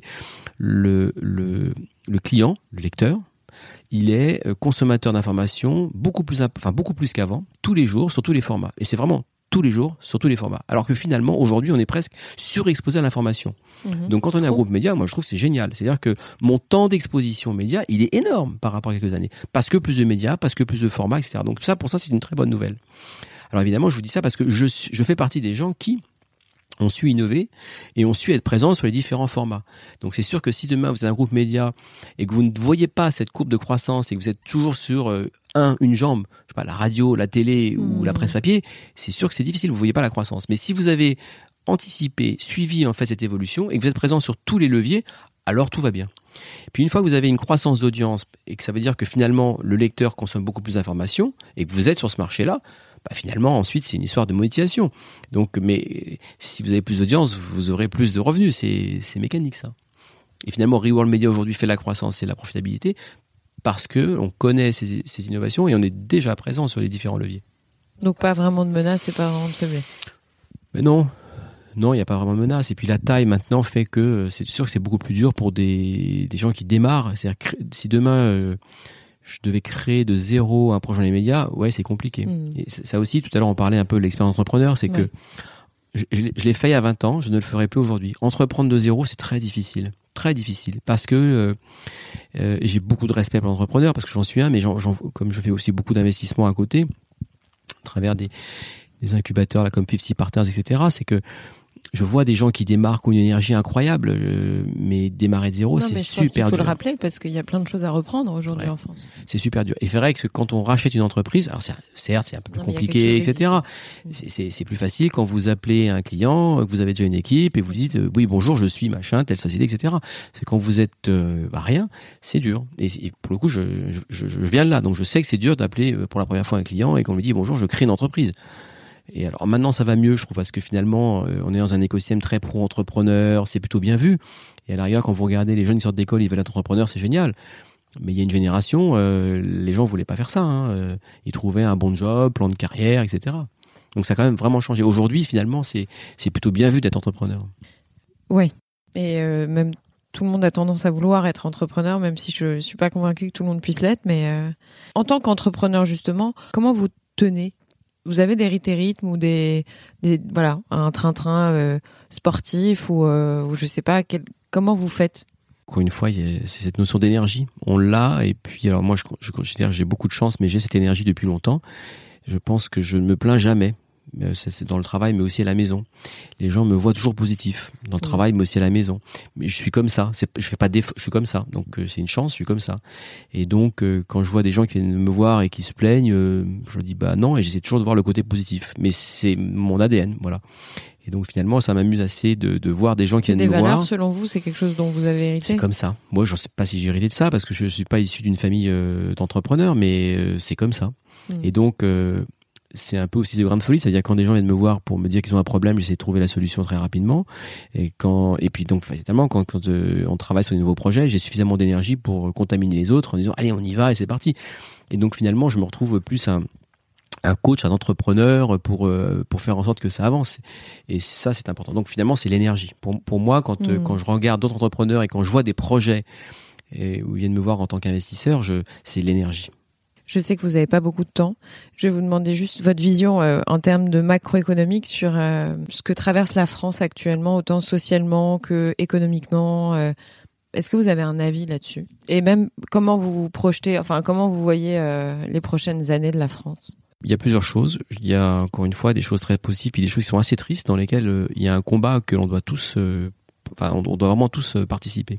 le, le, le client, le lecteur, il est consommateur d'informations beaucoup plus, enfin, beaucoup plus qu'avant, tous les jours, sur tous les formats. Et c'est vraiment tous les jours, sur tous les formats. Alors que finalement, aujourd'hui, on est presque surexposé à l'information. Mmh. Donc quand on est un groupe média, moi je trouve que c'est génial. C'est-à-dire que mon temps d'exposition média, il est énorme par rapport à quelques années. Parce que plus de médias, parce que plus de formats, et cetera. Donc ça, pour ça, c'est une très bonne nouvelle. Alors évidemment, je vous dis ça parce que je, je fais partie des gens qui ont su innover et ont su être présents sur les différents formats. Donc c'est sûr que si demain vous êtes un groupe média et que vous ne voyez pas cette courbe de croissance et que vous êtes toujours sur euh, un, une jambe, je sais pas, la radio, la télé ou mmh. la presse papier, c'est sûr que c'est difficile, vous ne voyez pas la croissance. Mais si vous avez anticipé, suivi en fait cette évolution et que vous êtes présent sur tous les leviers, alors tout va bien. Puis une fois que vous avez une croissance d'audience et que ça veut dire que finalement le lecteur consomme beaucoup plus d'informations et que vous êtes sur ce marché-là, bah finalement ensuite c'est une histoire de monétisation. Donc, mais si vous avez plus d'audience, vous aurez plus de revenus. C'est, c'est mécanique ça. Et finalement, Reward Media aujourd'hui fait la croissance et la profitabilité parce que on connaît ces, ces innovations et on est déjà présent sur les différents leviers. Donc pas vraiment de menace et pas vraiment de faiblesse. Mais non. Non, il n'y a pas vraiment de menace. Et puis la taille maintenant fait que c'est sûr que c'est beaucoup plus dur pour des, des gens qui démarrent. C'est-à-dire que si demain euh, je devais créer de zéro un projet dans les médias, ouais, c'est compliqué. Mmh. Et ça aussi, tout à l'heure on parlait un peu de l'expérience entrepreneur, c'est ouais. que je, je, je l'ai fait il y a vingt ans, je ne le ferai plus aujourd'hui. Entreprendre de zéro, c'est très difficile. Très difficile. Parce que euh, euh, j'ai beaucoup de respect pour l'entrepreneur, parce que j'en suis un, mais j'en, j'en, comme je fais aussi beaucoup d'investissements à côté, à travers des, des incubateurs là, comme cinquante Partners, et cetera, c'est que je vois des gens qui démarrent qui ont une énergie incroyable, euh, mais démarrer de zéro, non, c'est super dur. Il faut dur. le rappeler parce qu'il y a plein de choses à reprendre aujourd'hui ouais. en France. C'est super dur. Et c'est vrai que quand on rachète une entreprise, alors c'est, certes, c'est un peu plus non, compliqué, et cetera. C'est, c'est, c'est plus facile quand vous appelez un client, que vous avez déjà une équipe et vous dites euh, oui bonjour, je suis machin, telle société, et cetera. C'est quand vous êtes euh, bah, rien, c'est dur. Et, et pour le coup, je, je, je viens de là, donc je sais que c'est dur d'appeler pour la première fois un client et qu'on lui dit bonjour, je crée une entreprise. Et alors maintenant ça va mieux, je trouve, parce que finalement euh, on est dans un écosystème très pro-entrepreneur, c'est plutôt bien vu. Et à l'arrière, quand vous regardez les jeunes qui sortent d'école, ils veulent être entrepreneurs, c'est génial. Mais il y a une génération, euh, les gens voulaient pas faire ça. Hein. Euh, ils trouvaient un bon job, plan de carrière, et cetera. Donc ça a quand même vraiment changé. Aujourd'hui, finalement, c'est c'est plutôt bien vu d'être entrepreneur. Oui. Et euh, même tout le monde a tendance à vouloir être entrepreneur, même si je suis pas convaincue que tout le monde puisse l'être. Mais euh, en tant qu'entrepreneur, justement, comment vous tenez ? Vous avez des rites et rythmes ou des, des voilà un train-train euh, sportif ou, euh, ou je sais pas quel, comment vous faites? Encore une fois, il y a, c'est cette notion d'énergie. On l'a et puis alors moi je, je considère que j'ai beaucoup de chance, mais j'ai cette énergie depuis longtemps. Je pense que je ne me plains jamais. C'est, c'est dans le travail, mais aussi à la maison. Les gens me voient toujours positif dans le mmh. travail, mais aussi à la maison. Mais je suis comme ça. C'est, je fais pas défaut. Je suis comme ça. Donc euh, c'est une chance. Je suis comme ça. Et donc euh, quand je vois des gens qui viennent me voir et qui se plaignent, euh, je leur dis bah non. Et j'essaie toujours de voir le côté positif. Mais c'est mon A D N, voilà. Et donc finalement, ça m'amuse assez de, de voir des gens qui c'est viennent me valeurs, voir. Selon vous, c'est quelque chose dont vous avez hérité? C'est comme ça. Moi, je ne sais pas si j'ai hérité de ça parce que je ne suis pas issu d'une famille euh, d'entrepreneurs, mais euh, c'est comme ça. Mmh. Et donc, euh, c'est un peu aussi de grande folie. C'est-à-dire quand des gens viennent me voir pour me dire qu'ils ont un problème, j'essaie de trouver la solution très rapidement. Et quand, et puis donc, fatalement, quand, quand euh, on travaille sur des nouveaux projets, j'ai suffisamment d'énergie pour contaminer les autres en disant allez, on y va et c'est parti. Et donc finalement, je me retrouve plus un un coach, un entrepreneur pour euh, pour faire en sorte que ça avance. Et ça, c'est important. Donc finalement, c'est l'énergie. Pour pour moi, quand mmh. euh, quand je regarde d'autres entrepreneurs et quand je vois des projets et où ils viennent me voir en tant qu'investisseur, je c'est l'énergie. Je sais que vous n'avez pas beaucoup de temps. Je vais vous demander juste votre vision euh, en termes de macroéconomique sur euh, ce que traverse la France actuellement, autant socialement que économiquement. Euh, Est-ce que vous avez un avis là-dessus? Et même comment vous vous projetez, enfin comment vous voyez euh, les prochaines années de la France? Il y a plusieurs choses. Il y a encore une fois des choses très positives et des choses qui sont assez tristes dans lesquelles euh, il y a un combat que l'on doit tous, euh, enfin, on doit vraiment tous euh, participer.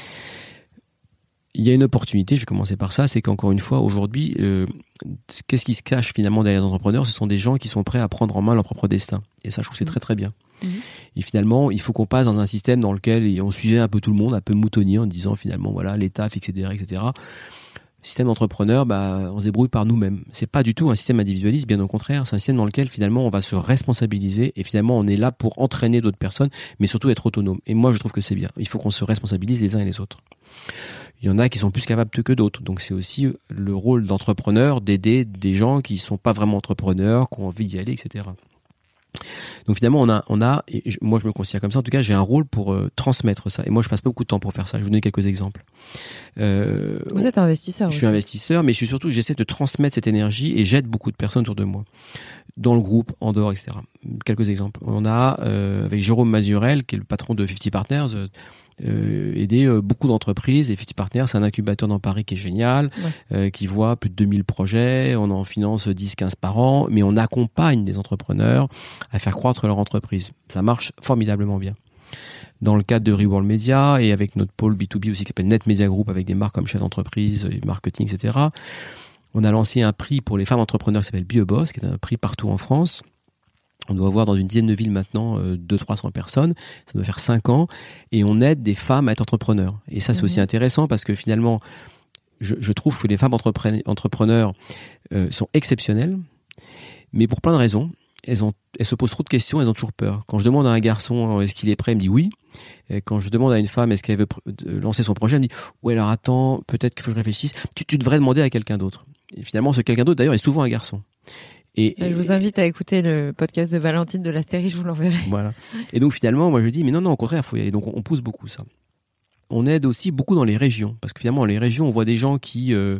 Il y a une opportunité, je vais commencer par ça, c'est qu'encore une fois, aujourd'hui, euh, qu'est-ce qui se cache finalement derrière les entrepreneurs? Ce sont des gens qui sont prêts à prendre en main leur propre destin. Et ça, je trouve que c'est très très bien. Mmh. Et finalement, il faut qu'on passe dans un système dans lequel on suivait un peu tout le monde, un peu moutonnier, en disant finalement, voilà, l'État, et cetera, et cetera. Système d'entrepreneur, bah, on se débrouille par nous-mêmes. C'est pas du tout un système individualiste, bien au contraire. C'est un système dans lequel finalement on va se responsabiliser et finalement on est là pour entraîner d'autres personnes, mais surtout être autonome. Et moi, je trouve que c'est bien. Il faut qu'on se responsabilise les uns et les autres. Il y en a qui sont plus capables que d'autres. Donc c'est aussi le rôle d'entrepreneur d'aider des gens qui sont pas vraiment entrepreneurs, qui ont envie d'y aller, et cetera. Donc finalement, on a, on a, et je, moi je me considère comme ça, en tout cas j'ai un rôle pour euh, transmettre ça. Et moi je passe pas beaucoup de temps pour faire ça. Je vais vous donner quelques exemples. Euh, vous êtes investisseur. Je aussi. suis investisseur, mais je suis surtout, j'essaie de transmettre cette énergie et j'aide beaucoup de personnes autour de moi. Dans le groupe, en dehors, et cetera. Quelques exemples. On a, euh, avec Jérôme Mazurel, qui est le patron de cinquante Partners, euh, Euh, aider euh, beaucoup d'entreprises. Et cinquante Partners, c'est un incubateur dans Paris qui est génial, ouais. euh, qui voit plus de deux mille projets, on en finance dix quinze par an, mais on accompagne des entrepreneurs à faire croître leur entreprise. Ça marche formidablement bien. Dans le cadre de Reworld Media et avec notre pôle B deux B aussi qui s'appelle Net Media Group avec des marques comme chef d'entreprise, marketing, et cetera, on a lancé un prix pour les femmes entrepreneurs qui s'appelle Be a Boss, qui est un prix partout en France. On doit avoir dans une dizaine de villes maintenant euh, deux à trois cents personnes. Ça doit faire cinq ans. Et on aide des femmes à être entrepreneurs. Et ça, c'est mmh. aussi intéressant parce que finalement, je, je trouve que les femmes entrepreneurs, entrepreneurs euh, sont exceptionnelles. Mais pour plein de raisons. Elles, ont, elles se posent trop de questions, elles ont toujours peur. Quand je demande à un garçon est-ce qu'il est prêt, il me dit oui. Et quand je demande à une femme est-ce qu'elle veut pr- lancer son projet, elle me dit ouais, alors attends, peut-être qu'il faut que je réfléchisse. Tu, tu devrais demander à quelqu'un d'autre. Et finalement, ce quelqu'un d'autre, d'ailleurs, est souvent un garçon. Et, je vous invite à écouter le podcast de Valentine de l'Astérie, je vous l'enverrai. Voilà. Et donc finalement, moi je dis, mais non, non, au contraire, il faut y aller. Donc on, on pousse beaucoup ça. On aide aussi beaucoup dans les régions, parce que finalement, dans les régions, on voit des gens qui euh,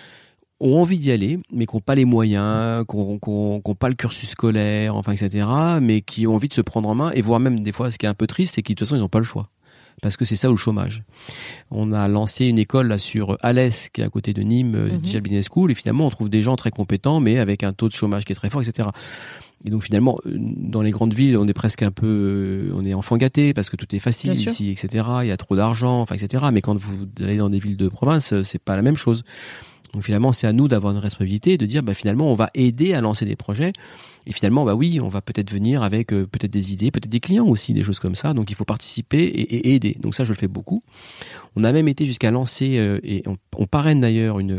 ont envie d'y aller, mais qui n'ont pas les moyens, qui n'ont pas le cursus scolaire, enfin, et cetera, mais qui ont envie de se prendre en main, et voire même des fois, ce qui est un peu triste, c'est qu'ils de toute façon, ils n'ont pas le choix. Parce que c'est ça ou le chômage. On a lancé une école là sur Alès, qui est à côté de Nîmes, mm-hmm. Digital Business School, et finalement on trouve des gens très compétents, mais avec un taux de chômage qui est très fort, et cetera. Et donc finalement, dans les grandes villes, on est presque un peu, on est enfant gâté parce que tout est facile Bien ici, sûr. et cetera. Il y a trop d'argent, enfin, et cetera. Mais quand vous allez dans des villes de province, c'est pas la même chose. Donc finalement, c'est à nous d'avoir une responsabilité et de dire, bah finalement, on va aider à lancer des projets. Et finalement, bah oui, on va peut-être venir avec euh, peut-être des idées, peut-être des clients aussi, des choses comme ça. Donc il faut participer et, et aider. Donc ça, je le fais beaucoup. On a même été jusqu'à lancer, euh, et on, on parraine d'ailleurs une,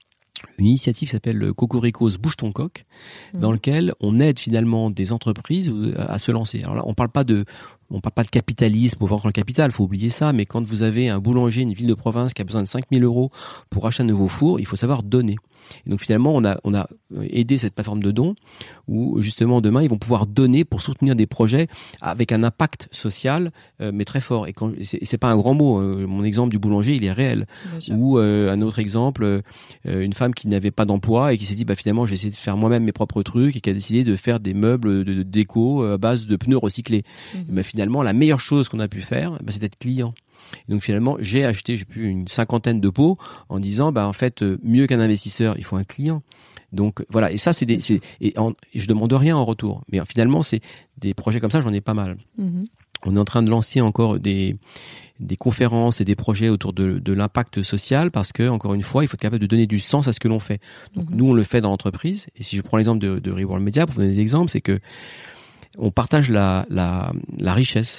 une initiative qui s'appelle Cocorico's Bouge ton coq, mmh. dans lequel on aide finalement des entreprises à, à se lancer. Alors là, on parle pas de, on parle pas de capitalisme pour vendre le capital, faut oublier ça. Mais quand vous avez un boulanger, une ville de province qui a besoin de cinq mille euros pour acheter un nouveau four, il faut savoir donner. Et donc finalement, on a, on a aidé cette plateforme de dons où justement demain, ils vont pouvoir donner pour soutenir des projets avec un impact social, euh, mais très fort. Et, quand, c'est, c'est pas un grand mot. Euh, mon exemple du boulanger, il est réel. Ou euh, un autre exemple, euh, une femme qui n'avait pas d'emploi et qui s'est dit, bah finalement, je vais essayer de faire moi-même mes propres trucs et qui a décidé de faire des meubles de, de déco à base de pneus recyclés. Mmh. Et bah, finalement, la meilleure chose qu'on a pu faire, bah, c'est d'être client. Et donc finalement, j'ai acheté, j'ai plus une cinquantaine de pots en disant, bah en fait, mieux qu'un investisseur, il faut un client. Donc voilà, et ça c'est des, c'est, et, en, et je demande rien en retour. Mais finalement, c'est des projets comme ça, j'en ai pas mal. Mmh. On est en train de lancer encore des des conférences et des projets autour de, de l'impact social parce que, encore une fois, il faut être capable de donner du sens à ce que l'on fait. Donc, mmh. nous, on le fait dans l'entreprise. Et si je prends l'exemple de, de Reworld Media, pour vous donner des exemples, c'est que on partage la, la, la richesse.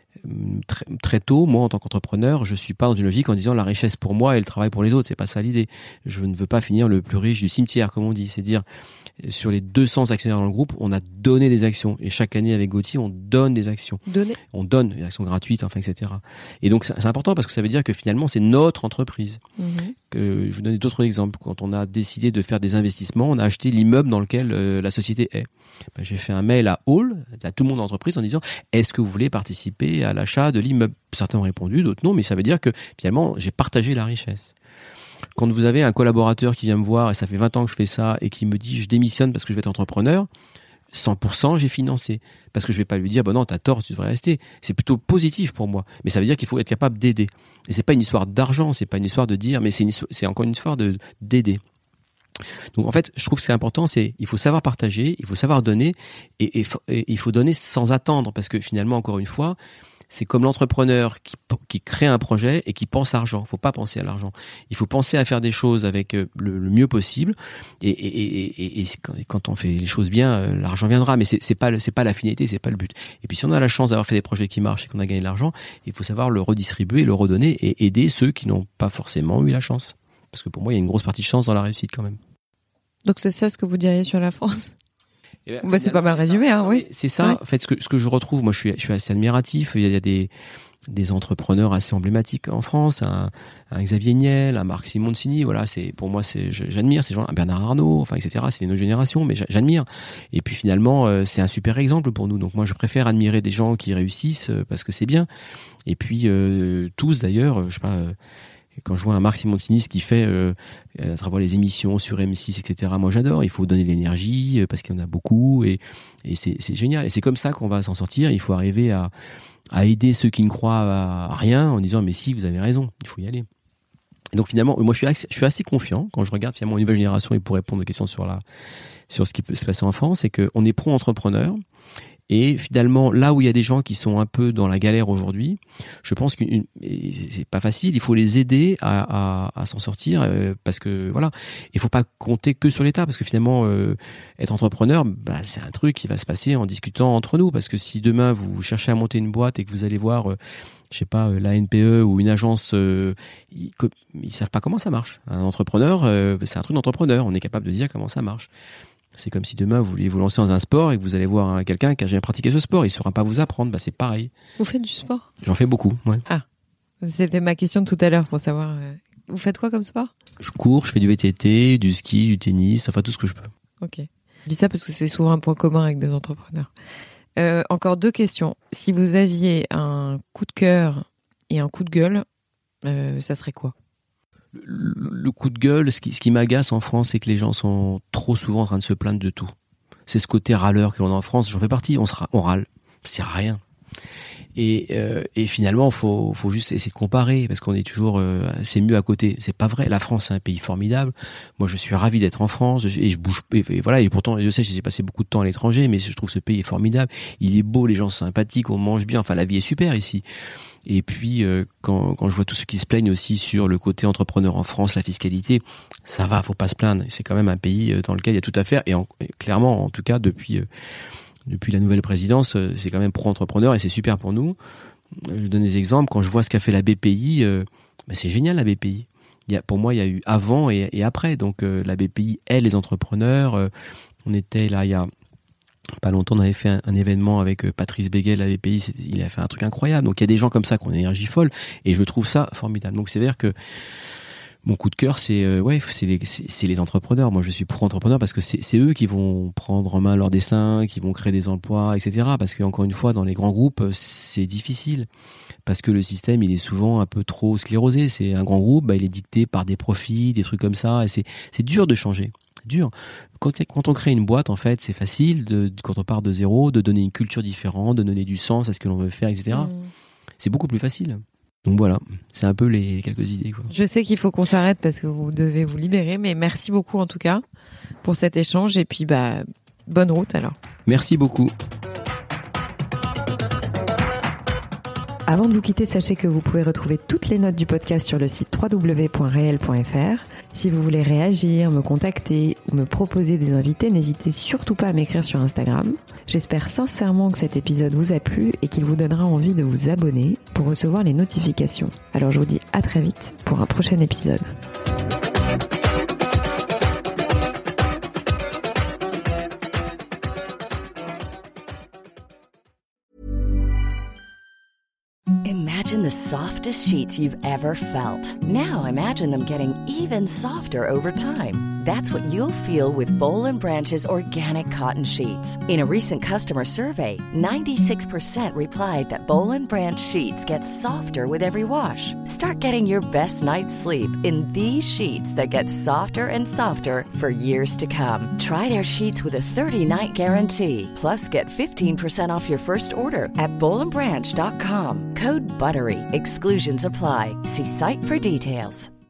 Très, très tôt, moi, en tant qu'entrepreneur, je suis pas dans une logique en disant la richesse pour moi et le travail pour les autres. C'est pas ça l'idée. Je ne veux pas finir le plus riche du cimetière, comme on dit. C'est dire, sur les deux cents actionnaires dans le groupe, on a donné des actions. Et chaque année, avec Gauthier, on donne des actions. Donner. On donne des actions gratuites, enfin, et cetera. Et donc, c'est important parce que ça veut dire que finalement, c'est notre entreprise. Mmh. Que, je vous donne d'autres exemples. Quand on a décidé de faire des investissements, on a acheté l'immeuble dans lequel euh, la société est. Ben, j'ai fait un mail à Hall, à tout le monde de l'entreprise, en disant « Est-ce que vous voulez participer à l'achat de l'immeuble ?» Certains ont répondu, d'autres non, mais ça veut dire que finalement, j'ai partagé la richesse. Quand vous avez un collaborateur qui vient me voir, et ça fait vingt ans que je fais ça, et qui me dit « Je démissionne parce que je vais être entrepreneur », cent pour cent j'ai financé. Parce que je vais pas lui dire « Bon non, t'as tort, tu devrais rester ». C'est plutôt positif pour moi. Mais ça veut dire qu'il faut être capable d'aider. Et c'est pas une histoire d'argent, c'est pas une histoire de dire, mais c'est, une, c'est encore une histoire de, d'aider. Donc en fait, je trouve que c'est important, c'est il faut savoir partager, il faut savoir donner, et, et, et il faut donner sans attendre, parce que finalement, encore une fois, c'est comme l'entrepreneur qui, qui crée un projet et qui pense argent. Il faut pas penser à l'argent. Il faut penser à faire des choses avec le, le mieux possible, et, et, et, et, et quand on fait les choses bien, l'argent viendra. Mais c'est, c'est pas c'est pas la finalité, c'est pas le but. Et puis si on a la chance d'avoir fait des projets qui marchent et qu'on a gagné de l'argent, il faut savoir le redistribuer, le redonner et aider ceux qui n'ont pas forcément eu la chance. Parce que pour moi, il y a une grosse partie de chance dans la réussite quand même. Donc c'est ça ce que vous diriez sur la France ? Eh ben, bah, c'est pas mal résumé, hein, oui. C'est ça, ouais. En fait, ce que, ce que je retrouve, moi je suis, je suis assez admiratif, il y a, il y a des, des entrepreneurs assez emblématiques en France, un, un Xavier Niel, un Marc Simoncini, voilà, c'est, pour moi, c'est, j'admire ces gens, un Bernard Arnault, enfin, et cetera, c'est nos générations, mais j'admire. Et puis finalement, euh, c'est un super exemple pour nous, donc moi je préfère admirer des gens qui réussissent euh, parce que c'est bien. Et puis, euh, tous d'ailleurs, je sais pas, euh, quand je vois un Marc Simoncini, ce qu'il fait euh, à travers les émissions sur M six, et cetera, moi j'adore. Il faut donner l'énergie euh, parce qu'il y en a beaucoup et, et c'est, c'est génial. Et c'est comme ça qu'on va s'en sortir. Il faut arriver à, à aider ceux qui ne croient à rien en disant mais si, vous avez raison, il faut y aller. Et donc finalement, moi je suis, assez, je suis assez confiant quand je regarde finalement une nouvelle génération et pour répondre aux questions sur, la, sur ce qui peut se passer en France, c'est qu'on est pro-entrepreneur. Et finalement, là où il y a des gens qui sont un peu dans la galère aujourd'hui, je pense que c'est pas facile. Il faut les aider à, à, à s'en sortir euh, parce que voilà, il faut pas compter que sur l'État parce que finalement, euh, être entrepreneur, bah, c'est un truc qui va se passer en discutant entre nous. Parce que si demain vous cherchez à monter une boîte et que vous allez voir, euh, je sais pas, l'A N P E ou une agence, euh, ils, ils savent pas comment ça marche. Un entrepreneur, euh, c'est un truc d'entrepreneur. On est capable de dire comment ça marche. C'est comme si demain vous vouliez vous lancer dans un sport et que vous allez voir un, quelqu'un qui a jamais pratiqué ce sport, il ne saura pas vous apprendre, bah c'est pareil. Vous faites du sport ? J'en fais beaucoup, ouais. Ah, c'était ma question de tout à l'heure pour savoir. Euh, vous faites quoi comme sport ? Je cours, je fais du V T T, du ski, du tennis, enfin tout ce que je peux. Ok. Je dis ça parce que c'est souvent un point commun avec des entrepreneurs. Euh, encore deux questions. Si vous aviez un coup de cœur et un coup de gueule, euh, ça serait quoi ? Le, le coup de gueule, ce qui, ce qui m'agace en France, c'est que les gens sont trop souvent en train de se plaindre de tout. C'est ce côté râleur que l'on a en France. J'en fais partie. On, se, on râle. Ça sert à rien. Et, euh, et finalement, faut, faut juste essayer de comparer parce qu'on est toujours, euh, c'est mieux à côté. C'est pas vrai. La France, c'est un pays formidable. Moi, je suis ravi d'être en France et je bouge. Et, et voilà. Et pourtant, je sais, j'ai passé beaucoup de temps à l'étranger, mais je trouve ce pays est formidable. Il est beau, les gens sont sympathiques, on mange bien. Enfin, la vie est super ici. Et puis, euh, quand, quand je vois tous ceux qui se plaignent aussi sur le côté entrepreneur en France, la fiscalité, ça va, faut pas se plaindre. C'est quand même un pays dans lequel il y a tout à faire. Et, en, et clairement, en tout cas, depuis, euh, depuis la nouvelle présidence, euh, c'est quand même pro-entrepreneur et c'est super pour nous. Je donne des exemples. Quand je vois ce qu'a fait la B P I, euh, ben c'est génial la B P I. Il y a, pour moi, il y a eu avant et, et après. Donc, euh, la B P I aide les entrepreneurs. Euh, on était là, il y a pas longtemps, on avait fait un, un événement avec Patrice Béguet, la B P I, il a fait un truc incroyable. Donc il y a des gens comme ça qui ont une énergie folle et je trouve ça formidable. Donc c'est vrai que mon coup de cœur, c'est euh, ouais, c'est les, c'est, c'est les entrepreneurs. Moi, je suis pro-entrepreneur parce que c'est, c'est eux qui vont prendre en main leur destin, qui vont créer des emplois, et cetera. Parce que encore une fois, dans les grands groupes, c'est difficile parce que le système, il est souvent un peu trop sclérosé. C'est un grand groupe, bah, il est dicté par des profits, des trucs comme ça, et c'est c'est dur de changer. Dur. Quand, quand on crée une boîte, en fait, c'est facile, de, quand on part de zéro, de donner une culture différente, de donner du sens à ce que l'on veut faire, et cetera. Mmh. C'est beaucoup plus facile. Donc voilà, c'est un peu les quelques idées, quoi. Je sais qu'il faut qu'on s'arrête parce que vous devez vous libérer, mais merci beaucoup en tout cas pour cet échange et puis bah bonne route alors. Merci beaucoup. Avant de vous quitter, sachez que vous pouvez retrouver toutes les notes du podcast sur le site w w w point réel point f r. Si vous voulez réagir, me contacter ou me proposer des invités, n'hésitez surtout pas à m'écrire sur Instagram. J'espère sincèrement que cet épisode vous a plu et qu'il vous donnera envie de vous abonner pour recevoir les notifications. Alors je vous dis à très vite pour un prochain épisode. Imagine the softest sheets you've ever felt. Now imagine them getting even softer over time. That's what you'll feel with Boll and Branch's organic cotton sheets. In a recent customer survey, ninety-six percent replied that Boll and Branch sheets get softer with every wash. Start getting your best night's sleep in these sheets that get softer and softer for years to come. Try their sheets with a thirty-night guarantee. Plus, get fifteen percent off your first order at boll and branch dot com. Code BUTTERY. Exclusions apply. See site for details.